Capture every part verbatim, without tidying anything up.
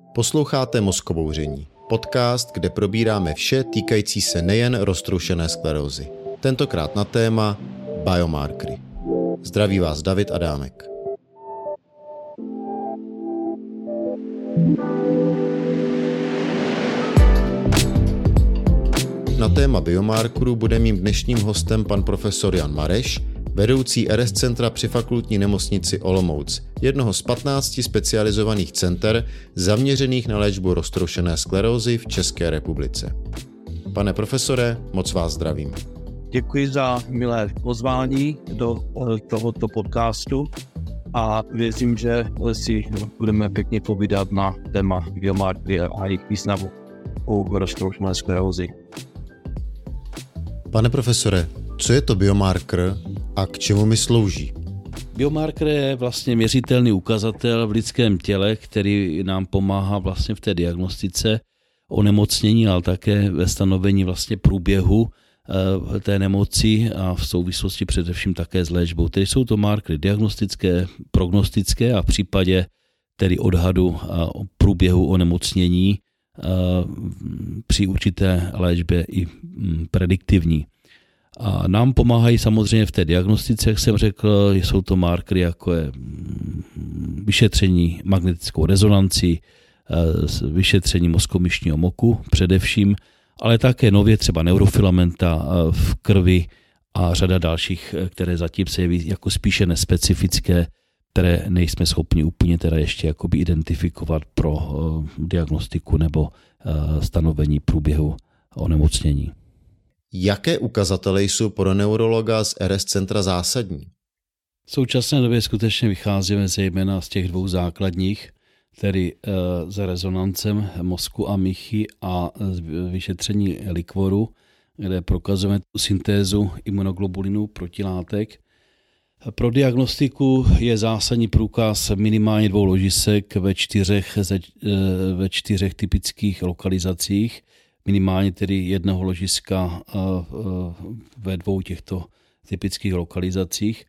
Posloucháte Mozkobouření, podcast, kde probíráme vše týkající se nejen roztroušené sklerózy. Tentokrát na téma biomarkery. Zdraví vás David Adámek. Na téma biomarkerů bude mým dnešním hostem pan profesor Jan Mareš, vedoucí R S centra při Fakultní nemocnici Olomouc, jednoho z patnácti specializovaných center zaměřených na léčbu roztroušené sklerózy v České republice. Pane profesore, moc vás zdravím. Děkuji za milé pozvání do tohoto podcastu a věřím, že si budeme pěkně povídat na téma biomarkery a jejich významu u roztroušené sklerózy. Pane profesore, co je to biomarker a k čemu mi slouží? Biomarker je vlastně měřitelný ukazatel v lidském těle, který nám pomáhá vlastně v té diagnostice onemocnění, ale také ve stanovení vlastně průběhu té nemoci a v souvislosti především také s léčbou. Tedy jsou to markery diagnostické, prognostické a v případě tedy odhadu o průběhu onemocnění při určité léčbě i prediktivní. A nám pomáhají samozřejmě v té diagnostice, jak jsem řekl, jsou to markery, jako je vyšetření magnetickou rezonancí, vyšetření mozkomyšního moku především, ale také nově třeba neurofilamenta v krvi a řada dalších, které zatím se jeví jako spíše nespecifické, které nejsme schopni úplně teda ještě jakoby identifikovat pro diagnostiku nebo stanovení průběhu onemocnění. Jaké ukazatele jsou pro neurologa z R S centra zásadní? V současné době skutečně vycházíme zejména z těch dvou základních, tedy s rezonancem mozku a míchy a vyšetření likvoru, kde prokazujeme syntézu imunoglobulinů protilátek. Pro diagnostiku je zásadní průkaz minimálně dvou ložisek ve čtyřech, ve čtyřech typických lokalizacích, minimálně tedy jednoho ložiska ve dvou těchto typických lokalizacích.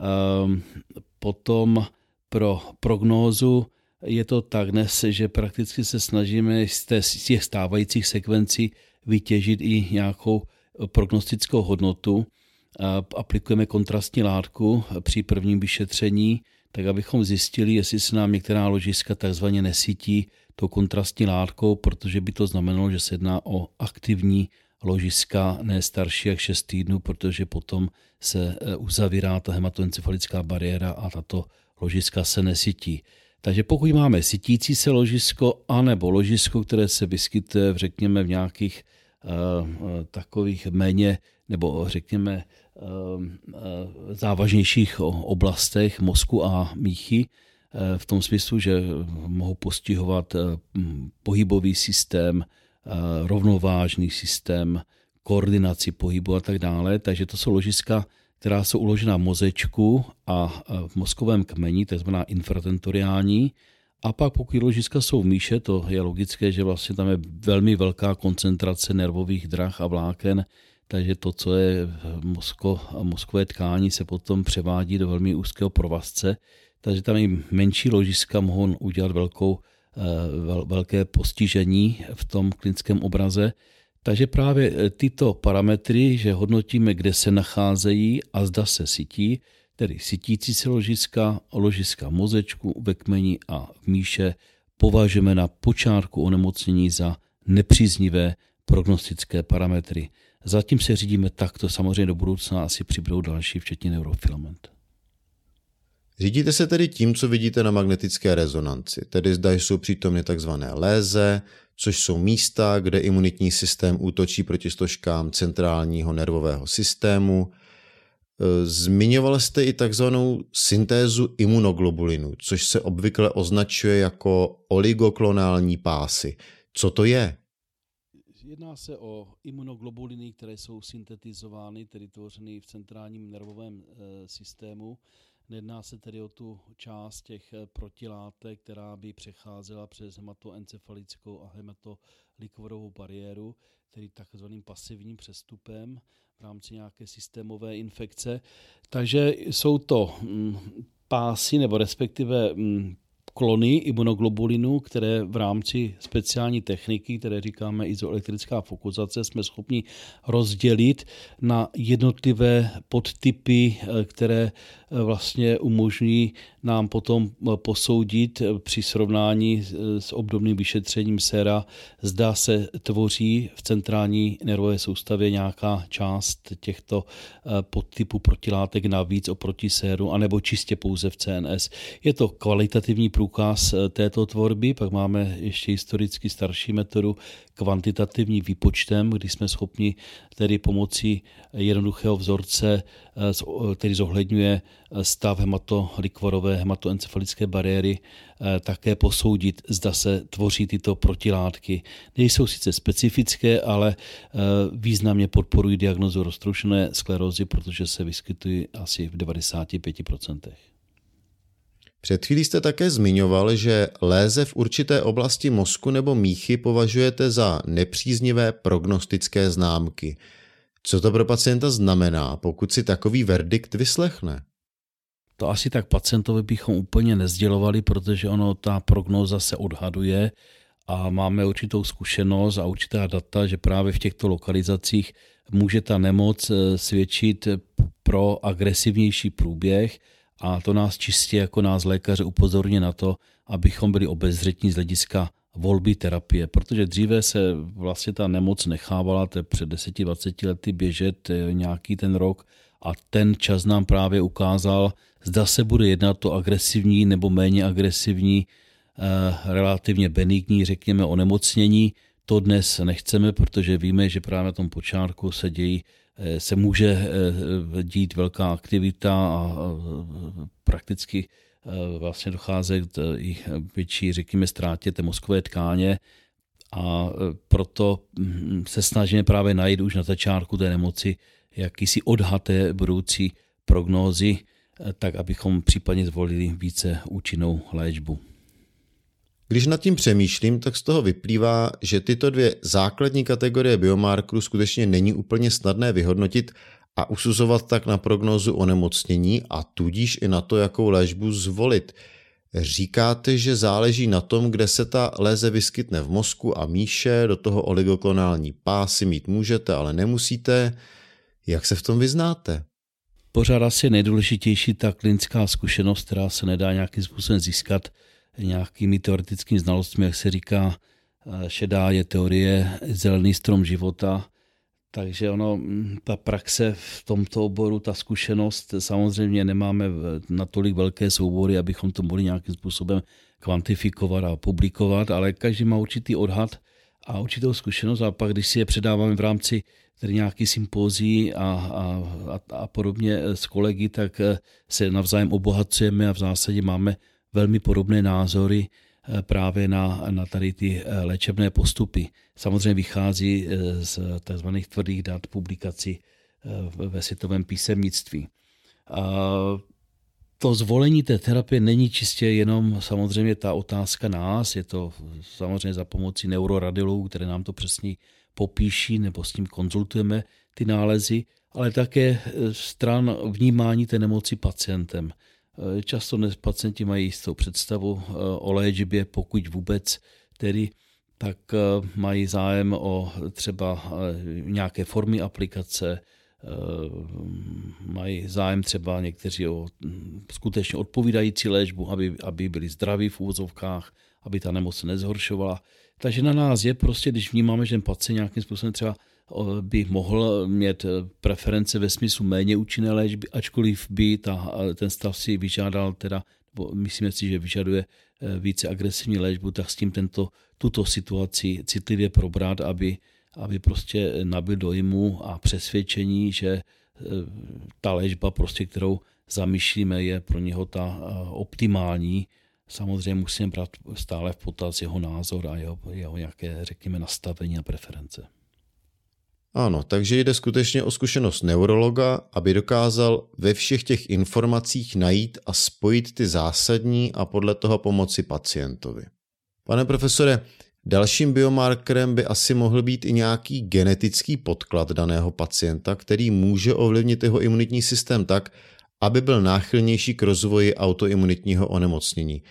Potom pro prognózu je to tak dnes, že prakticky se snažíme z těch stávajících sekvencí vytěžit i nějakou prognostickou hodnotu. Aplikujeme kontrastní látku při prvním vyšetření, tak abychom zjistili, jestli se nám některá ložiska takzvaně nesytí tou kontrastní látkou, protože by to znamenalo, že se jedná o aktivní ložiska, ne starší jak šest týdnů, protože potom se uzavírá ta hematoencefalická bariéra a tato ložiska se nesytí. Takže pokud máme sytící se ložisko anebo ložisko, které se vyskytuje, řekněme, v nějakých uh, takových méně nebo řekněme uh, uh, závažnějších oblastech mozku a míchy, v tom smyslu, že mohou postihovat pohybový systém, rovnovážný systém, koordinaci pohybu a tak dále. Takže to jsou ložiska, která jsou uložena v mozečku a v mozkovém kmeni, takzvaná infratentoriální. A pak pokud ložiska jsou v míše, to je logické, že vlastně tam je velmi velká koncentrace nervových drah a vláken, takže to, co je mozko, mozkové tkání, se potom převádí do velmi úzkého provazce. Takže tam i menší ložiska mohou udělat velkou, vel, velké postižení v tom klinickém obraze. Takže právě tyto parametry, že hodnotíme, kde se nacházejí a zda se sytí, tedy sytící se ložiska, ložiska mozečku, ve kmeni a v míše, považujeme na počátku onemocnění za nepříznivé prognostické parametry. Zatím se řídíme takto, samozřejmě do budoucna asi přibudou další, včetně neurofilament. Řídíte se tedy tím, co vidíte na magnetické rezonanci, tedy zda jsou přítomny tzv. léze, což jsou místa, kde imunitní systém útočí proti složkám centrálního nervového systému. Zmiňoval jste i takzvanou syntézu imunoglobulinů, což se obvykle označuje jako oligoklonální pásy. Co to je? Jedná se o imunoglobuliny, které jsou syntetizovány, tedy tvořeny v centrálním nervovém systému. Nejedná se tedy o tu část těch protilátek, která by přecházela přes hematoencefalickou a hematolikvorovou bariéru, tedy takzvaným pasivním přestupem v rámci nějaké systémové infekce. Takže jsou to pásy nebo respektive klony imunoglobulinu, které v rámci speciální techniky, které říkáme izoelektrická fokusace, jsme schopni rozdělit na jednotlivé podtypy, které vlastně umožní nám potom posoudit při srovnání s obdobným vyšetřením séra, zda se tvoří v centrální nervové soustavě nějaká část těchto podtypů protilátek navíc oproti séru, anebo čistě pouze v C N S. Je to kvalitativní průkaz této tvorby, pak máme ještě historicky starší metodu kvantitativní výpočtem, kdy jsme schopni tedy pomocí jednoduchého vzorce, který zohledňuje stav hematolikvorové, hematoencefalické bariéry, také posoudit, zda se tvoří tyto protilátky. Nejsou sice specifické, ale významně podporují diagnózu roztroušené sklerózy, protože se vyskytují asi v devadesát pět procent. Před chvílí jste také zmiňoval, že léze v určité oblasti mozku nebo míchy považujete za nepříznivé prognostické známky. Co to pro pacienta znamená, pokud si takový verdikt vyslechne? To asi tak pacientovi bychom úplně nezdělovali, protože ono ta prognóza se odhaduje a máme určitou zkušenost a určitá data, že právě v těchto lokalizacích může ta nemoc svědčit pro agresivnější průběh, a to nás čistě jako nás lékaře upozorně na to, abychom byli obezřetní z hlediska volby terapie, protože dříve se vlastně ta nemoc nechávala před deseti dvaceti lety běžet nějaký ten rok a ten čas nám právě ukázal, zda se bude jednat o agresivní nebo méně agresivní, relativně benigní, řekněme, onemocnění. To dnes nechceme, protože víme, že právě na tom počátku se dějí se může dít velká aktivita a prakticky vlastně dochází k větší, řekněme, ztrátě té mozkové tkáně a proto se snažíme právě najít už na začátku té nemoci jakýsi odhad té budoucí prognózy, tak abychom případně zvolili více účinnou léčbu. Když nad tím přemýšlím, tak z toho vyplývá, že tyto dvě základní kategorie biomarkerů skutečně není úplně snadné vyhodnotit a usuzovat tak na prognózu onemocnění a tudíž i na to, jakou léčbu zvolit. Říkáte, že záleží na tom, kde se ta léze vyskytne v mozku a míše, do toho oligoklonální pásy mít můžete, ale nemusíte. Jak se v tom vyznáte? Pořád asi nejdůležitější ta klinická zkušenost, která se nedá nějakým způsobem získat nějakými teoretickými znalostmi, jak se říká, šedá je teorie, zelený strom života. Takže ono, ta praxe v tomto oboru, ta zkušenost, samozřejmě nemáme natolik velké soubory, abychom to mohli nějakým způsobem kvantifikovat a publikovat, ale každý má určitý odhad a určitou zkušenost a pak, když si je předáváme v rámci tedy nějaký sympózií a, a, a podobně s kolegy, tak se navzájem obohacujeme a v zásadě máme velmi podobné názory právě na, na tady ty léčebné postupy. Samozřejmě vychází z tzv. Tvrdých dat publikací ve světovém písemnictví. A to zvolení té terapie není čistě jenom samozřejmě ta otázka nás, je to samozřejmě za pomocí neuroradiologů, které nám to přesně popíší nebo s ním konzultujeme ty nálezy, ale také stran vnímání té nemoci pacientem. Často dnes pacienti mají jistou představu o léčbě, pokud vůbec tedy, tak mají zájem o třeba nějaké formy aplikace, mají zájem třeba někteří o skutečně odpovídající léčbu, aby, aby byli zdraví v úvozovkách, aby ta nemoc nezhoršovala. Takže na nás je prostě, když vnímáme, že ten pacient nějakým způsobem třeba by mohl mít preference ve smyslu méně účinné léčby, ačkoliv by ta, ten stav si vyžádal, teda, myslíme si, že vyžaduje více agresivní léčbu, tak s tím tento, tuto situaci citlivě probrat, aby, aby prostě nabyl dojmu a přesvědčení, že ta léčba, prostě, kterou zamýšlíme, je pro něho ta optimální. Samozřejmě musíme brát stále v potaz jeho názor a jeho, jeho nějaké, řekněme, nastavení a preference. Ano, takže jde skutečně o zkušenost neurologa, aby dokázal ve všech těch informacích najít a spojit ty zásadní a podle toho pomoci pacientovi. Pane profesore, dalším biomarkerem by asi mohl být i nějaký genetický podklad daného pacienta, který může ovlivnit jeho imunitní systém tak, aby byl náchylnější k rozvoji autoimunitního onemocnění.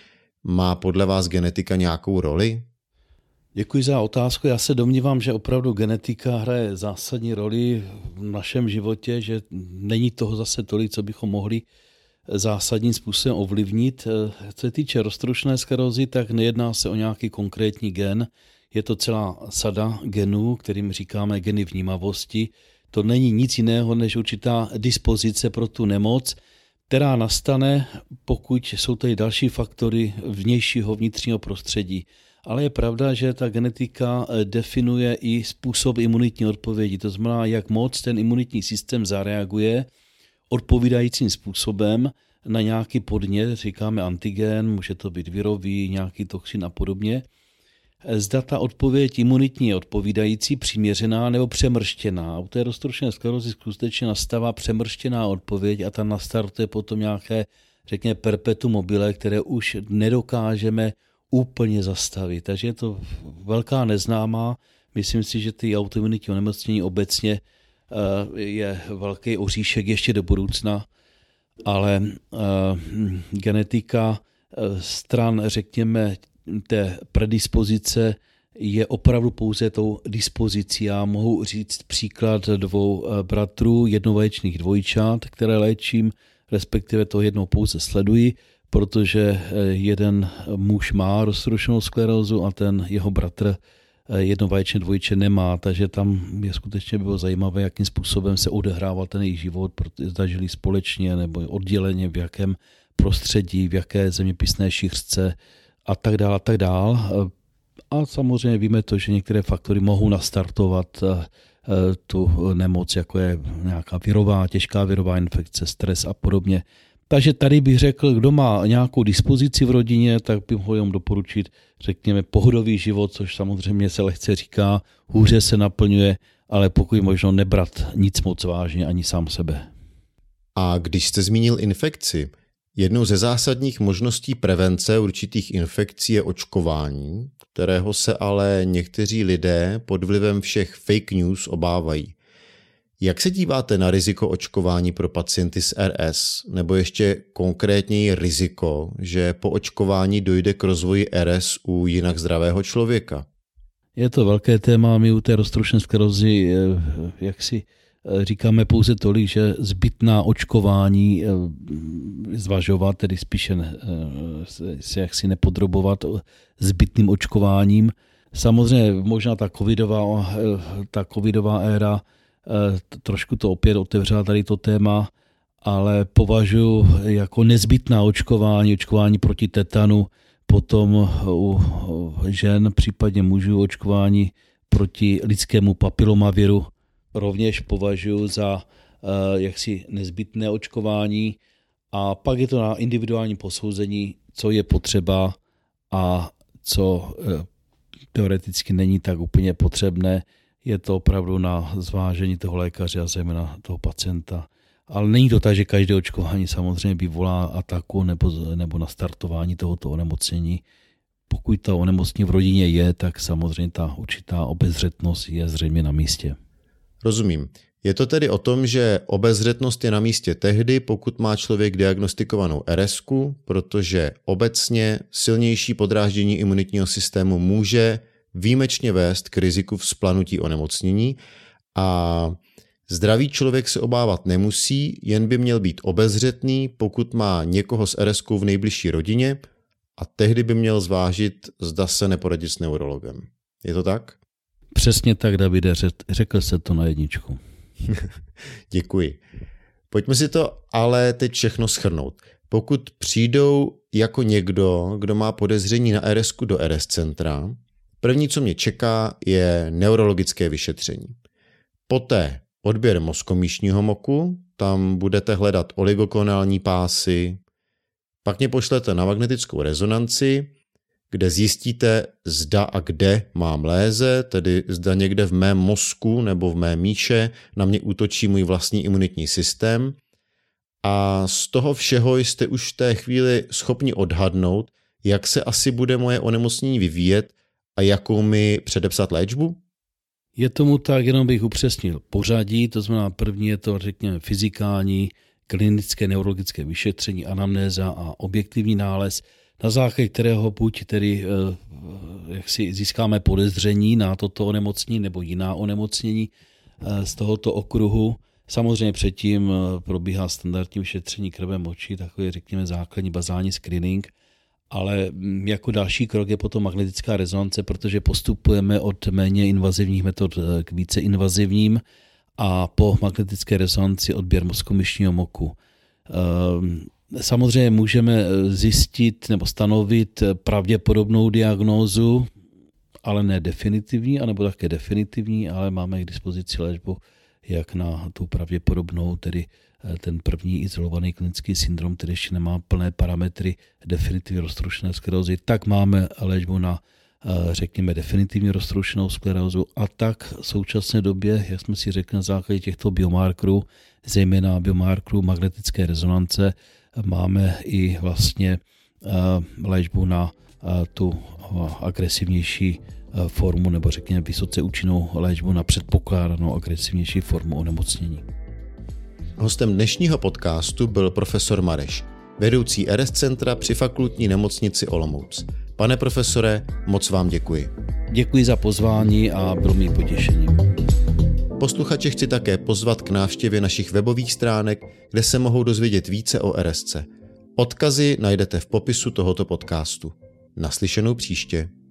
Má podle vás genetika nějakou roli? Děkuji za otázku. Já se domnívám, že opravdu genetika hraje zásadní roli v našem životě, že není toho zase tolik, co bychom mohli zásadním způsobem ovlivnit. Co se týče roztroušené sklerózy, tak nejedná se o nějaký konkrétní gen. Je to celá sada genů, kterým říkáme geny vnímavosti. To není nic jiného než určitá dispozice pro tu nemoc, která nastane, pokud jsou tady další faktory vnějšího vnitřního prostředí. Ale je pravda, že ta genetika definuje i způsob imunitní odpovědi. To znamená, jak moc ten imunitní systém zareaguje odpovídajícím způsobem na nějaký podnět, říkáme antigen, může to být virový, nějaký toxin a podobně. Zda ta odpověď imunitní je odpovídající, přiměřená nebo přemrštěná. U té roztroušené sklerózy skutečně nastává přemrštěná odpověď a ta nastartuje potom nějaké, řekněme, perpetuum mobile, které už nedokážeme úplně zastavit. Takže je to velká neznámá. Myslím si, že ty autoimunitní onemocnění obecně je velký oříšek ještě do budoucna, ale genetika stran, řekněme, té predispozice je opravdu pouze tou dispozicí. Já mohu říct příklad dvou bratrů, jednovaječných dvojčat, které léčím, respektive to jednou pouze sleduji, protože jeden muž má roztroušenou sklerózu a ten jeho bratr jednovaječné dvojče nemá, takže tam je skutečně bylo zajímavé, jakým způsobem se odehrával ten jejich život, protože zažili společně nebo odděleně, v jakém prostředí, v jaké zeměpisné šířce a tak dále, a tak dále. A samozřejmě víme to, že některé faktory mohou nastartovat tu nemoc, jako je nějaká virová, těžká virová infekce, stres a podobně. Takže tady bych řekl, kdo má nějakou dispozici v rodině, tak bych ho jenom doporučit, řekněme, pohodový život, což samozřejmě se lehce říká, hůře se naplňuje, ale pokud možno nebrat nic moc vážně ani sám sebe. A když jste zmínil infekci, jednou ze zásadních možností prevence určitých infekcí je očkování, kterého se ale někteří lidé pod vlivem všech fake news obávají. Jak se díváte na riziko očkování pro pacienty s R S, nebo ještě konkrétněji riziko, že po očkování dojde k rozvoji R S u jinak zdravého člověka? Je to velké téma, my u té roztroušené sklerózy, jak si říkáme pouze tolik, že zbytná očkování zvažovat, tedy spíše se jaksi nepodrobovat zbytným očkováním. Samozřejmě možná ta covidová, ta covidová éra trošku to opět otevřela tady to téma, ale považuji jako nezbytná očkování, očkování proti tetanu, potom u žen, případně mužů očkování proti lidskému papilomaviru rovněž považuji za jaksi nezbytné očkování a pak je to na individuální posouzení, co je potřeba a co teoreticky není tak úplně potřebné. Je to opravdu na zvážení toho lékaře a zejména toho pacienta. Ale není to tak, že každé očkování samozřejmě vyvolá ataku nebo, nebo nastartování tohoto onemocnění. Pokud to onemocnění v rodině je, tak samozřejmě ta určitá obezřetnost je zřejmě na místě. Rozumím. Je to tedy o tom, že obezřetnost je na místě tehdy, pokud má člověk diagnostikovanou R S ku, protože obecně silnější podráždění imunitního systému může výjimečně vést k riziku vzplanutí onemocnění a zdravý člověk se obávat nemusí, jen by měl být obezřetný, pokud má někoho s R S kou v nejbližší rodině a tehdy by měl zvážit, zda se neporadit s neurologem. Je to tak? Přesně tak, Davide, řekl se to na jedničku. Děkuji. Pojďme si to ale teď všechno shrnout. Pokud přijdou jako někdo, kdo má podezření na R S ku do R S centra, první, co mě čeká, je neurologické vyšetření. Poté odběr mozkomíšního moku, tam budete hledat oligoklonální pásy, pak mě pošlete na magnetickou rezonanci, kde zjistíte, zda a kde mám léze, tedy zda někde v mém mozku nebo v mé míše na mě útočí můj vlastní imunitní systém. A z toho všeho jste už v té chvíli schopni odhadnout, jak se asi bude moje onemocnění vyvíjet a jakou mi předepsat léčbu? Je tomu tak, jenom bych upřesnil pořadí, to znamená první je to, řekněme, fyzikální, klinické neurologické vyšetření, anamnéza a objektivní nález. na základě kterého buď tedy jak si získáme podezření na toto onemocnění nebo jiná onemocnění z tohoto okruhu. Samozřejmě předtím probíhá standardní vyšetření krve moči, takový řekněme základní bazální screening, ale jako další krok je potom magnetická rezonance, protože postupujeme od méně invazivních metod k více invazivním a po magnetické rezonanci odběr mozkomyšního moku. Samozřejmě můžeme zjistit nebo stanovit pravděpodobnou diagnózu, ale ne definitivní, anebo také definitivní, ale máme k dispozici léčbu jak na tu pravděpodobnou, tedy ten první izolovaný klinický syndrom, který ještě nemá plné parametry definitivně roztroušené sklerózy, tak máme léčbu na, řekněme, definitivně roztroušenou sklerózu a tak v současné době, jak jsme si řekli na základě těchto biomarkerů, zejména biomarkerů magnetické rezonance, máme i vlastně léčbu na tu agresivnější formu nebo řekněme vysoce účinnou léčbu na předpokládanou agresivnější formu onemocnění. Hostem dnešního podcastu byl profesor Mareš, vedoucí R S centra při Fakultní nemocnici Olomouc. Pane profesore, moc vám děkuji. Děkuji za pozvání a bylo mi potěšením. Posluchače chci také pozvat k návštěvě našich webových stránek, kde se mohou dozvědět více o R S C. Odkazy najdete v popisu tohoto podcastu. Naslyšenou příště.